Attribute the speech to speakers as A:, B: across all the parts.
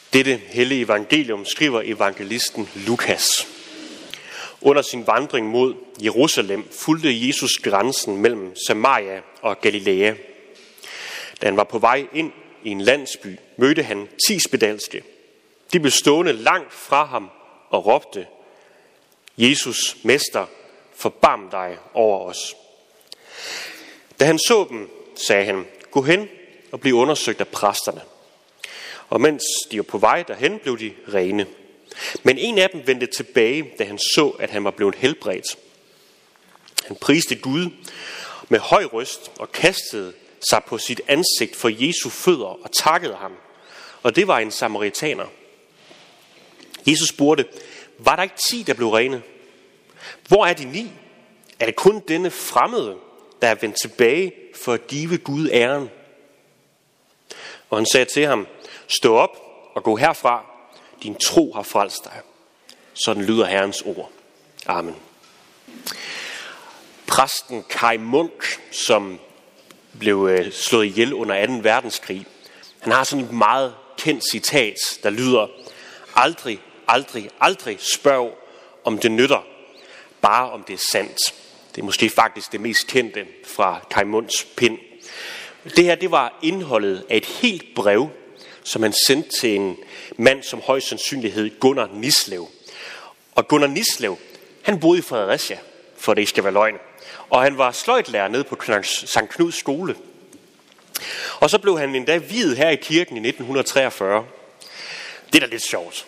A: Dette hellige evangelium skriver evangelisten Lukas. Under sin vandring mod Jerusalem fulgte Jesus grænsen mellem Samaria og Galilea. Da han var på vej ind i en landsby, mødte han 10 spedalske. De blev stående langt fra ham og råbte: Jesus, Mester, forbarm dig over os. Da han så dem, sagde han: gå hen og bliv undersøgt af præsterne. Og mens de var på vej derhen, blev de rene. Men en af dem vendte tilbage, da han så, at han var blevet helbredt. Han priste Gud med høj røst og kastede sig på sit ansigt for Jesu fødder og takkede ham. Og det var en samaritaner. Jesus spurgte: var der ikke 10, der blev rene? Hvor er de 9? Er det kun denne fremmede, der er vendt tilbage for at give Gud æren? Og han sagde til ham: stå op og gå herfra. Din tro har frelst dig. Sådan lyder Herrens ord. Amen. Præsten Kaj Munk, som blev slået ihjel under 2. verdenskrig, han har sådan et meget kendt citat, der lyder: aldrig, aldrig, aldrig spørg, om det nytter, bare om det er sandt. Det er måske faktisk det mest kendte fra Kaj Munks pen. Det her, det var indholdet af et helt brev, som han sendte til en mand, som højst sandsynligt hed Gunnar Nislev. Og Gunnar Nislev, han boede i Fredericia, for det ikke skal være løgn. Og han var sløjtlærer nede på Sankt Knuds skole. Og så blev han endda viet her i kirken i 1943. Det er da lidt sjovt.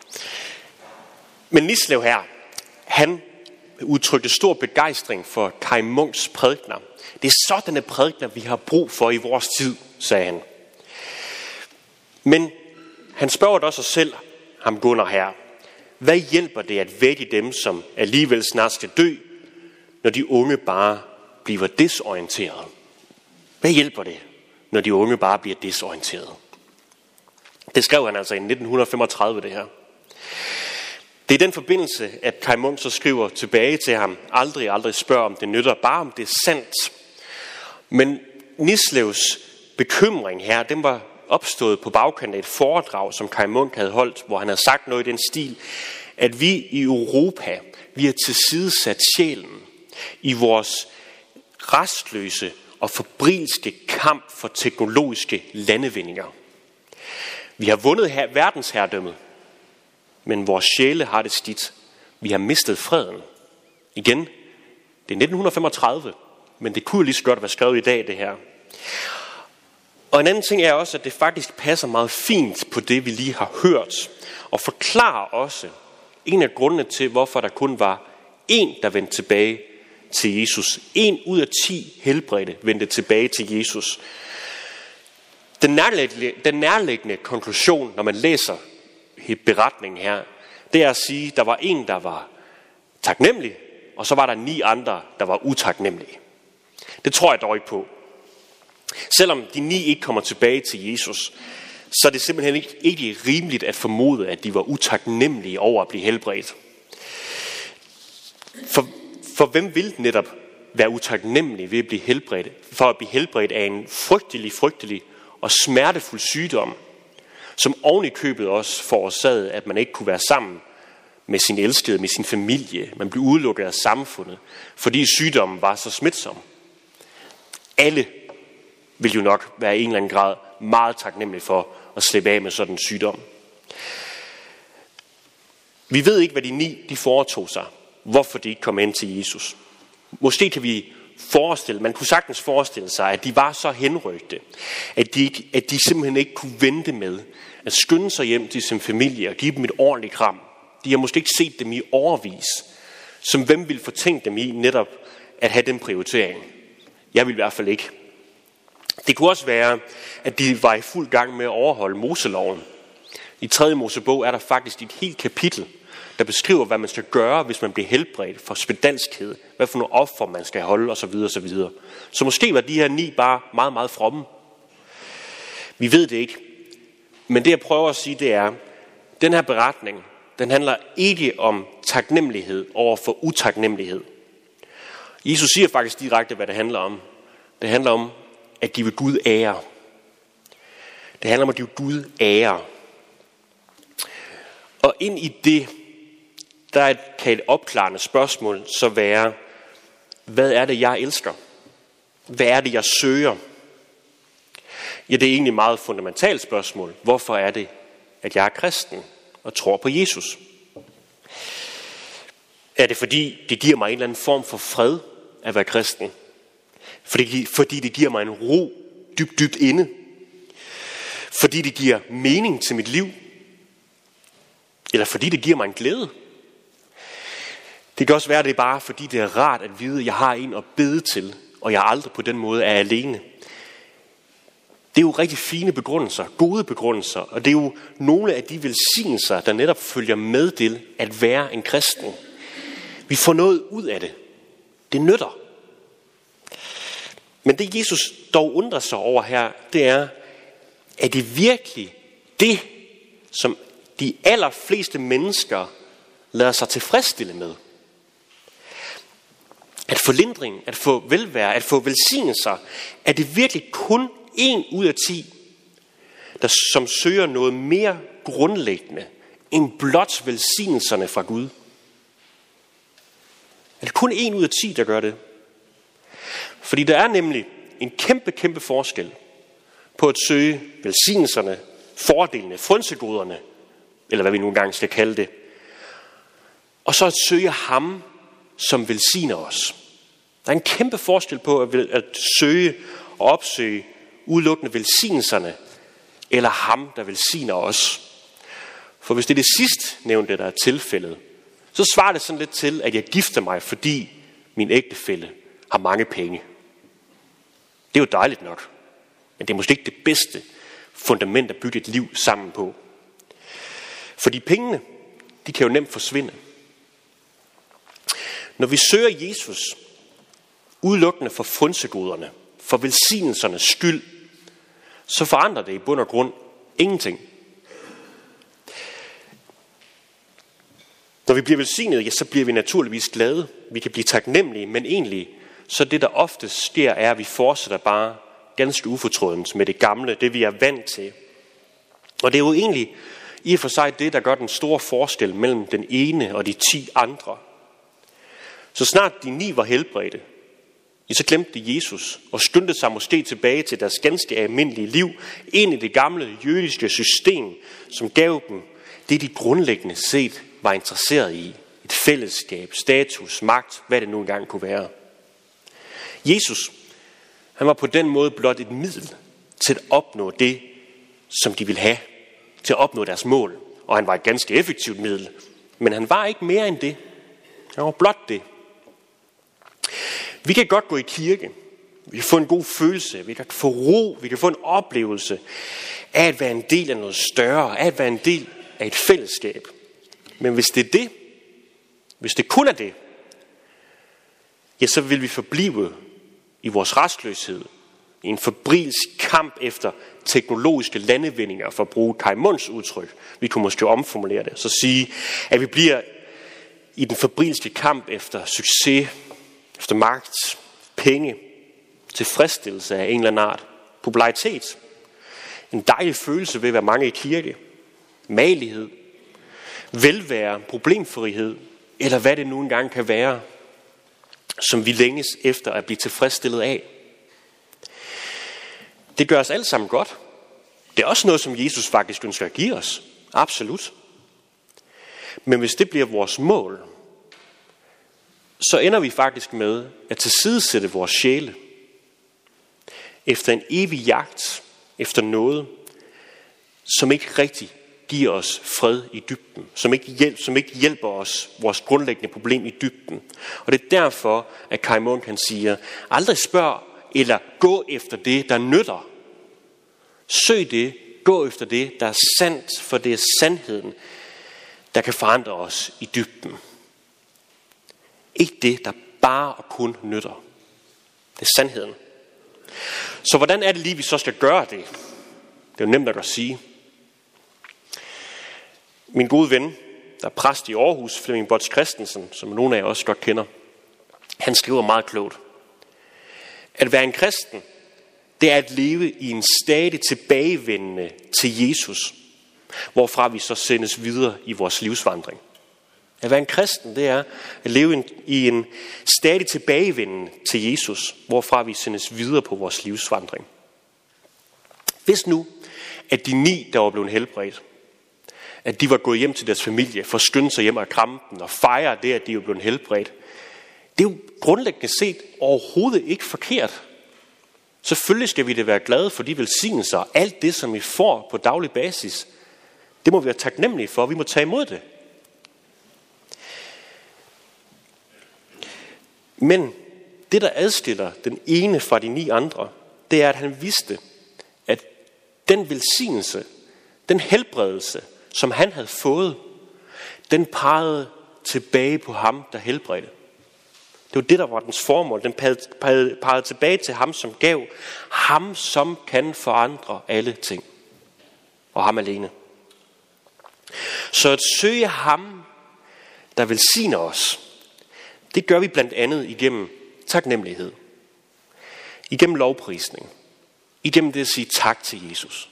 A: Men Nislev her, han udtrykte stor begejstring for Kaj Munks prædikener. Det er sådanne prædikener, vi har brug for i vores tid, sagde han. Men han spørger da også sig selv, ham Gunnar her: hvad hjælper det at vække dem, som alligevel snart skal dø, når de unge bare bliver desorienterede? Hvad hjælper det, når de unge bare bliver desorienterede? Det skrev han altså i 1935, det her. Det er i den forbindelse, at Kaj Munk så skriver tilbage til ham: aldrig, aldrig spørg, om det nytter, bare om det er sandt. Men Nislevs bekymring her, den var opstået på bagkanten af et foredrag, som Kaj Munk havde holdt, hvor han havde sagt noget i den stil, at vi i Europa, vi har tilsidesat sjælen i vores restløse og febrilske kamp for teknologiske landevindinger. Vi har vundet verdensherredømmet, men vores sjæle har det skidt. Vi har mistet freden. Igen, det er 1935, men det kunne lige så godt være skrevet i dag, det her. Og en anden ting er også, at det faktisk passer meget fint på det, vi lige har hørt, og forklarer også en af grundene til, hvorfor der kun var 1, der vendte tilbage til Jesus. 1 ud af 10 helbredte vendte tilbage til Jesus. Den nærliggende konklusion, når man læser beretningen her, det er at sige, at der var 1, der var taknemmelig, og så var der 9 andre, der var utaknemmelige. Det tror jeg dog ikke på. Selvom de 9 ikke kommer tilbage til Jesus, så er det simpelthen ikke rimeligt at formode, at de var utaknemmelige over at blive helbredt. For hvem vil netop være utaknemmelig ved at blive helbredt? For at blive helbredt af en frygtelig og smertefuld sygdom, som oven i købet også forårsagede, at man ikke kunne være sammen med sin elskede, med sin familie. Man blev udelukket af samfundet, fordi sygdommen var så smitsom. Alle vil jo nok være i en eller anden grad meget taknemmelig for at slippe af med sådan en sygdom. Vi ved ikke, hvad de 9 de foretog sig, hvorfor de ikke kom ind til Jesus. Måske kan man kunne sagtens forestille sig, at de var så henrygte, at de simpelthen ikke kunne vente med at skynde sig hjem til sin familie og give dem et ordentligt kram. De har måske ikke set dem i årevis, som hvem ville fortænke dem i netop at have den prioritering. Jeg vil i hvert fald ikke. Det kunne også være, at de var i fuld gang med at overholde Moseloven. I 3. Mosebog er der faktisk et helt kapitel, der beskriver, hvad man skal gøre, hvis man bliver helbredt for spedalskhed. Hvad for nogle offer man skal holde, osv. osv. Så måske var de her 9 bare meget, meget fromme. Vi ved det ikke. Men det jeg prøver at sige, det er, den her beretning, den handler ikke om taknemmelighed over for utaknemmelighed. Jesus siger faktisk direkte, hvad det handler om. Det handler om at give Gud ære. Det handler om at give Gud ære. Og ind i det, kan et opklarende spørgsmål så være, hvad er det, jeg elsker? Hvad er det, jeg søger? Ja, det er egentlig et meget fundamentalt spørgsmål. Hvorfor er det, at jeg er kristen og tror på Jesus? Er det fordi, det giver mig en eller anden form for fred at være kristen? Fordi det giver mig en ro dybt inde? Fordi det giver mening til mit liv? Eller fordi det giver mig en glæde? Det kan også være, at det er bare fordi det er rart at vide, at jeg har en at bede til, og jeg aldrig på den måde er alene. Det er jo rigtig fine begrundelser, gode begrundelser, og det er jo nogle af de velsignelser, der netop følger med til at være en kristen. Vi får noget ud af det. Det nytter. Men det Jesus dog undrer sig over her, det er det virkelig det, som de allerfleste mennesker lader sig tilfredsstille med? At få lindring, at få velvære, at få velsignelser, er det virkelig kun 1 ud af 10, som søger noget mere grundlæggende end blot velsignelserne fra Gud? Er det kun 1 ud af 10, der gør det? Fordi der er nemlig en kæmpe forskel på at søge velsignelserne, fordelene, frynsegoderne, eller hvad vi nogle gange skal kalde det, og så at søge ham, som velsigner os. Der er en kæmpe forskel på at søge og opsøge udelukkende velsignelserne, eller ham, der velsigner os. For hvis det er det sidst nævnte, der er tilfældet, så svarer det sådan lidt til, at jeg gifter mig, fordi min ægtefælle har mange penge. Det er jo dejligt nok, men det er måske ikke det bedste fundament at bygge et liv sammen på. Fordi pengene, de kan jo nemt forsvinde. Når vi søger Jesus udelukkende for frynsegoderne, for velsignelsernes skyld, så forandrer det i bund og grund ingenting. Når vi bliver velsignet, ja, så bliver vi naturligvis glade. Vi kan blive taknemmelige, men egentlig, så det der ofte sker, er, at vi fortsætter bare ganske ufortrødent med det gamle, det vi er vant til. Og det er jo egentlig i og for sig det, der gør den store forskel mellem den ene og de 10 andre. Så snart de 9 var helbredte, så glemte de Jesus og skyndte sig måske tilbage til deres ganske almindelige liv, ind i det gamle jødiske system, som gav dem det, de grundlæggende set var interesseret i. Et fællesskab, status, magt, hvad det nu engang kunne være. Jesus, han var på den måde blot et middel til at opnå det, som de ville have, til at opnå deres mål. Og han var et ganske effektivt middel, men han var ikke mere end det. Han var blot det. Vi kan godt gå i kirke. Vi kan få en god følelse. Vi kan få ro. Vi kan få en oplevelse af at være en del af noget større. Af at være en del af et fællesskab. Men hvis det er det, hvis det kun er det, ja, så vil vi forblive i vores rastløshed. I en febrilsk kamp efter teknologiske landevindinger, for at bruge Kaj Munds udtryk. Vi kunne måske omformulere det. Så sige, at vi bliver i den febrilske kamp efter succes, efter magt, penge, tilfredsstillelse af en eller anden art, popularitet. En dejlig følelse ved at være mange i kirke, magelighed, velvære, problemfrihed, eller hvad det nu engang kan være, som vi længes efter at blive tilfredsstillet af. Det gør os alle sammen godt. Det er også noget, som Jesus faktisk ønsker at give os. Absolut. Men hvis det bliver vores mål, så ender vi faktisk med at tilsidesætte vores sjæle efter en evig jagt efter noget, som ikke rigtig giver os fred i dybden, som ikke hjælper os vores grundlæggende problem i dybden. Og det er derfor, at Kaj Mund kan sige, aldrig spørg eller gå efter det, der nytter. Søg det, gå efter det, der er sandt, for det er sandheden, der kan forandre os i dybden. Ikke det, der bare og kun nytter. Det er sandheden. Så hvordan er det lige, vi så skal gøre det? Det er jo nemt at sige. Min gode ven, der er præst i Aarhus, Flemming Bots Christensen, som nogle af jer også godt kender, han skriver meget klogt. At være en kristen, det er at leve i en stadig tilbagevendende til Jesus. hvorfra vi så sendes videre i vores livsvandring. At være en kristen, det er at leve i en stadig tilbagevenden til Jesus, hvorfra vi sendes videre på vores livsvandring. Hvis nu, at de 9, der var blevet helbredt, at de var gået hjem til deres familie, for at skynde sig hjem og kramme den og fejre det, at de var blevet helbredt, det er jo grundlæggende set overhovedet ikke forkert. Selvfølgelig skal vi da være glade for de velsignelser og alt det, som vi får på daglig basis. Det må vi være taknemmelige for, og vi må tage imod det. Men det, der adskiller den ene fra de 9 andre, det er, at han vidste, at den velsignelse, den helbredelse, som han havde fået, den pegede tilbage på ham, der helbredte. Det var det, der var dens formål. Den pegede tilbage til ham, som gav. Ham, som kan forandre alle ting. Og ham alene. Så at søge ham, der velsigner os, det gør vi blandt andet igennem taknemmelighed. Igennem lovprisning. Igennem det at sige tak til Jesus.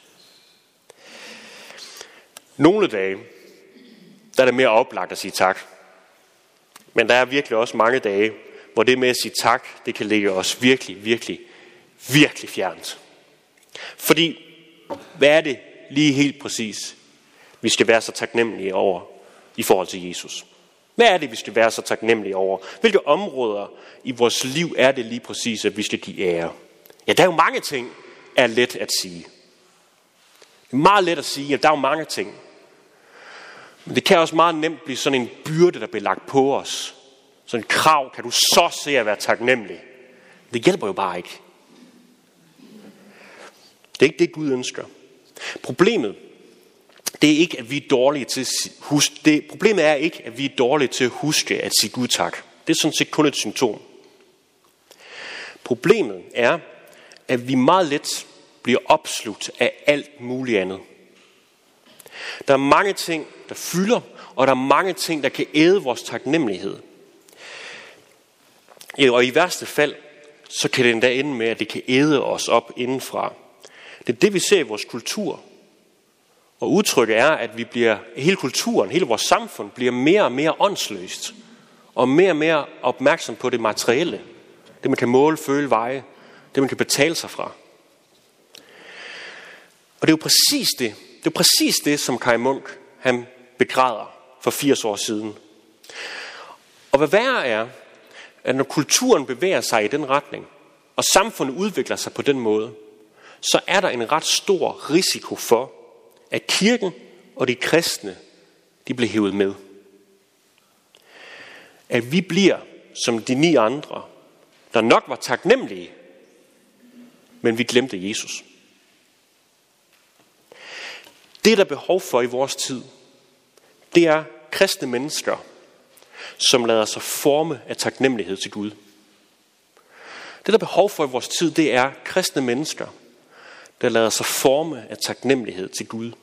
A: Nogle dage, der er det mere oplagt at sige tak. Men der er virkelig også mange dage, hvor det med at sige tak, det kan ligge os virkelig, virkelig, virkelig fjernt. Fordi, hvad er det lige helt præcis, vi skal være så taknemmelige over i forhold til Jesus? Hvad er det, vi skal være så taknemmelige over? Hvilke områder i vores liv er det lige præcis, at vi skal give ære? Ja, der er jo mange ting, er let at sige. Det er meget let at sige, at der er jo mange ting. Men det kan også meget nemt blive sådan en byrde, der bliver lagt på os. Sådan en krav, kan du så se at være taknemmelig? Det hjælper jo bare ikke. Det er ikke det, Gud ønsker. Problemet, det er ikke, at vi er dårlige til at huske. Problemet er ikke, at vi er dårlige til at huske at sige Gud tak. Det er sådan set kun et symptom. Problemet er, at vi meget let bliver opslugt af alt muligt andet. Der er mange ting, der fylder, og der er mange ting, der kan æde vores taknemmelighed. Og i værste fald, så kan det endda ende med, at det kan æde os op indenfra. Det er det, vi ser i vores kultur. Og udtrykket er, at vi bliver, hele kulturen, hele vores samfund bliver mere og mere åndsløst. Og mere opmærksom på det materielle. Det, man kan måle, føle, veje. Det, man kan betale sig fra. Og det er jo præcis det. Det er præcis det, som Kaj Munk han begræder for 80 år siden. Og hvad værre er, at når kulturen bevæger sig i den retning, og samfundet udvikler sig på den måde, så er der en ret stor risiko for, at kirken og de kristne, de bliver hævet med. At vi bliver som de 9 andre, der nok var taknemmelige, men vi glemte Jesus. Det, der er behov for i vores tid, det er kristne mennesker, som lader sig forme af taknemmelighed til Gud. Det, der er behov for i vores tid, det er kristne mennesker, der lader sig forme af taknemmelighed til Gud.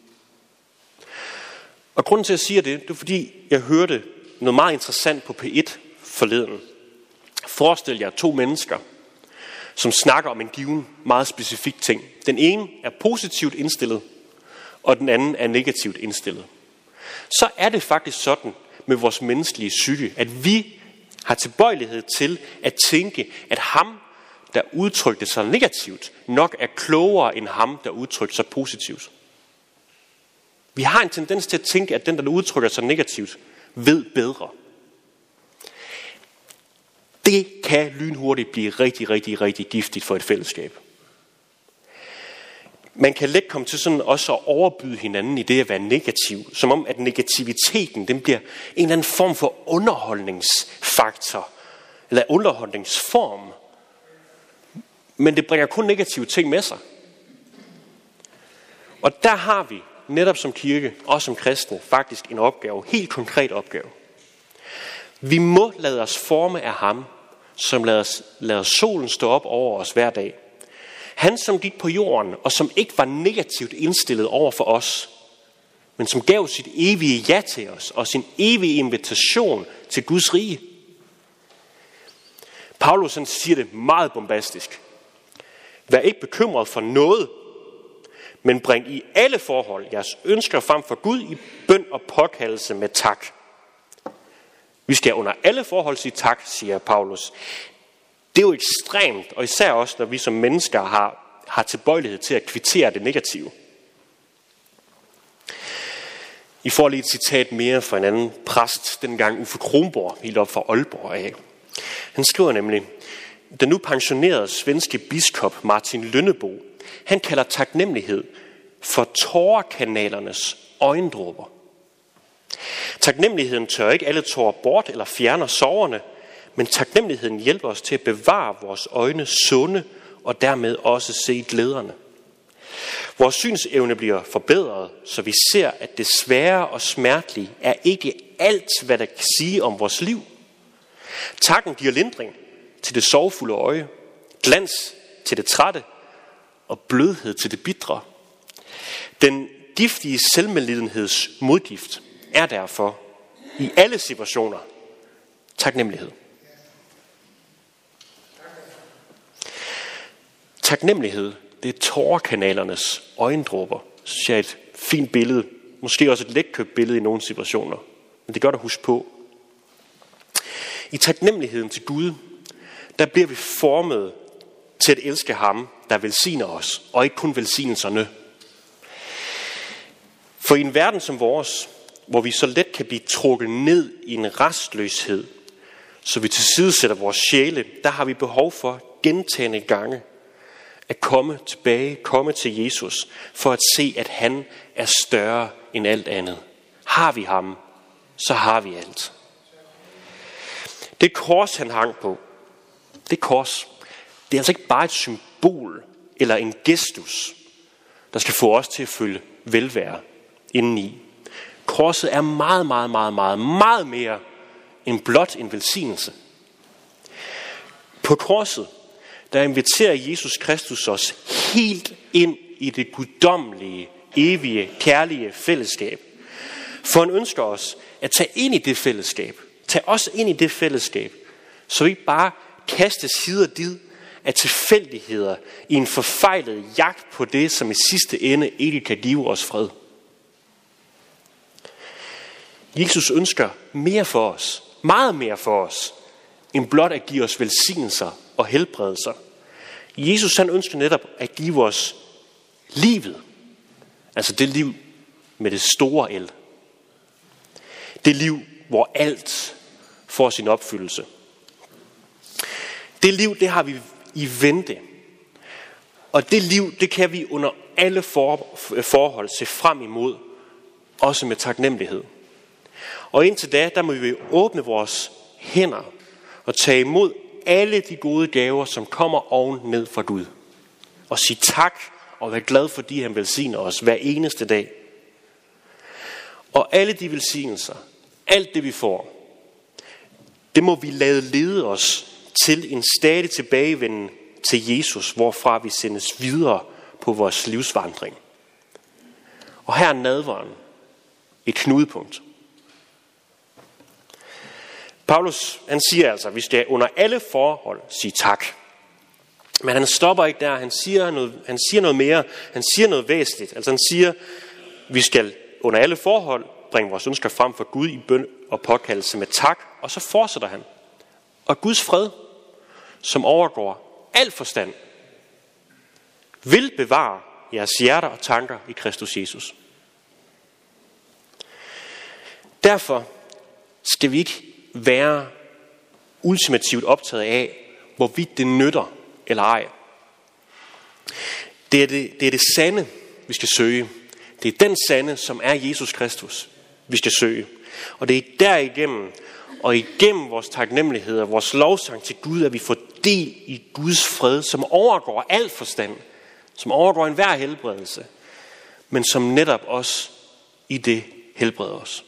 A: Og grunden til, at jeg siger det er fordi, jeg hørte noget meget interessant på P1 forleden. Forestil jer 2 mennesker, som snakker om en given, meget specifik ting. Den ene er positivt indstillet, og den anden er negativt indstillet. Så er det faktisk sådan med vores menneskelige psyke, at vi har tilbøjelighed til at tænke, at ham, der udtrykte sig negativt, nok er klogere end ham, der udtrykte sig positivt. Vi har en tendens til at tænke, at den, der udtrykker sig negativt, ved bedre. Det kan lynhurtigt blive rigtig, rigtig, rigtig giftigt for et fællesskab. Man kan let komme til sådan også at overbyde hinanden i det at være negativ, som om at negativiteten den bliver en eller anden form for underholdningsfaktor, eller underholdningsform. Men det bringer kun negative ting med sig. Og der har vi netop som kirke og som kristne faktisk en opgave, helt konkret opgave. Vi må lade os forme af ham, som lader solen stå op over os hver dag. Han, som gik på jorden, og som ikke var negativt indstillet over for os, men som gav sit evige ja til os, og sin evige invitation til Guds rige. Paulus han siger det meget bombastisk. Vær ikke bekymret for noget, Men bring i alle forhold jeres ønsker frem for Gud i bøn og påkaldelse med tak. Vi skal under alle forhold sige tak, siger Paulus. Det er jo ekstremt, og især også, når vi som mennesker har tilbøjelighed til at kvittere det negative. I får lige et citat mere fra en anden præst, dengang Uffe Kronborg, helt op fra Aalborg af. Han skriver nemlig, den nu pensionerede svenske biskop Martin Lönnebo, han kalder taknemmelighed for tårekanalernes øjendråber. Taknemmeligheden tør ikke alle tårer bort eller fjerner sorgerne, men taknemmeligheden hjælper os til at bevare vores øjne sunde og dermed også se glæderne. Vores synsevne bliver forbedret, så vi ser, at det svære og smertelige er ikke alt, hvad der kan sige om vores liv. Takken giver lindring til det sorgfulde øje, glans til det trætte og blødhed til det bitre. Den giftige selvmedlidenheds modgift er derfor i alle situationer taknemmelighed. Taknemmelighed, det er tårekanalernes øjendråber. Så synes jeg er et fint billede. Måske også et letkøbt billede i nogle situationer. Men det gør at huske på. I taknemmeligheden til Gud, der bliver vi formet til at elske ham, der velsigner os, og ikke kun velsignelserne. For i en verden som vores, hvor vi så let kan blive trukket ned i en restløshed, så vi tilsidesætter vores sjæle, der har vi behov for gentagne gange at komme tilbage, komme til Jesus, for at se, at han er større end alt andet. Har vi ham, så har vi alt. Det kors, han hang på, det kors, det er altså ikke bare et symbol eller en gestus, der skal få os til at føle velvære indeni. Korset er meget, meget, meget, meget, meget mere end blot en velsignelse. På korset, der inviterer Jesus Kristus os helt ind i det guddommelige, evige, kærlige fællesskab. For han ønsker os at tage ind i det fællesskab. Tag os ind i det fællesskab, så vi ikke bare kastes hid og did af tilfældigheder i en forfejlet jagt på det, som i sidste ende ikke kan give os fred. Jesus ønsker mere for os, meget mere for os, end blot at give os velsignelser og helbredelser. Jesus han ønsker netop at give os livet, altså det liv med det store L. Det liv, hvor alt får sin opfyldelse. Det liv, det har vi i vente. Og det liv, det kan vi under alle forhold se frem imod, også med taknemmelighed. Og indtil da, der må vi åbne vores hænder og tage imod alle de gode gaver, som kommer oven ned fra Gud. Og sige tak og være glad, fordi han velsigner os hver eneste dag. Og alle de velsignelser, alt det vi får, det må vi lade lede os til en stadig tilbagevenden til Jesus, hvorfra vi sendes videre på vores livsvandring. Og her er nadveren et knudepunkt. Paulus, han siger altså, at vi skal under alle forhold sige tak. Men han stopper ikke der, han siger noget mere, han siger noget væsentligt. Altså han siger, at vi skal under alle forhold bringe vores ønsker frem for Gud i bøn og påkaldelse med tak. Og så fortsætter han. Og Guds fred, som overgår al forstand, vil bevare jeres hjerter og tanker i Kristus Jesus. Derfor skal vi ikke være ultimativt optaget af, hvorvidt det nytter eller ej. Det er det sande, vi skal søge. Det er den sande, som er Jesus Kristus, vi skal søge. Og det er derigennem, og igennem vores taknemmelighed og vores lovsang til Gud, at vi får del i Guds fred, som overgår al forstand, som overgår enhver helbredelse, men som netop også i det helbreder os.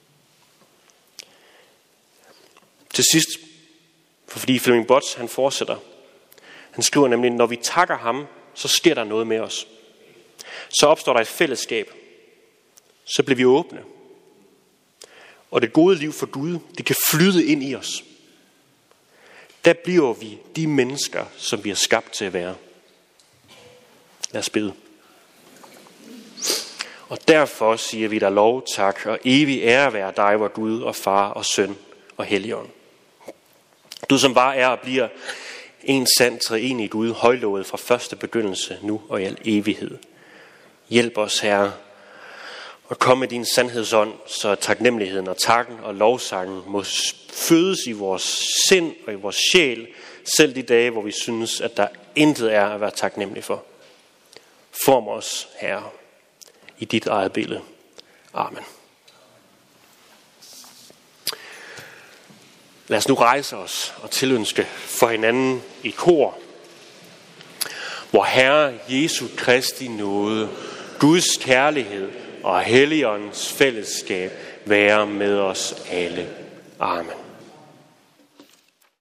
A: Til sidst, fordi Flemming Botts, han fortsætter. Han skriver nemlig, når vi takker ham, så sker der noget med os. Så opstår der et fællesskab. Så bliver vi åbne. Og det gode liv for Gud, det kan flyde ind i os. Der bliver vi de mennesker, som vi er skabt til at være. Lad os bede. Og derfor siger vi dig lov, tak og evig ære være dig, vor Gud og Far og Søn og Helligånd. Du som bare er og bliver en sand treenig Gud, højlovet fra første begyndelse, nu og i al evighed. Hjælp os, Herre, og kom med din sandhedsånd, så taknemmeligheden og takken og lovsangen må fødes i vores sind og i vores sjæl, selv de dage, hvor vi synes, at der intet er at være taknemmelig for. Form os, Herre, i dit eget billede. Amen. Lad os nu rejse os og tilønske for hinanden i kor. Vor Herre Jesu Kristi nåde, Guds kærlighed og Helligåndens fællesskab være med os alle. Amen.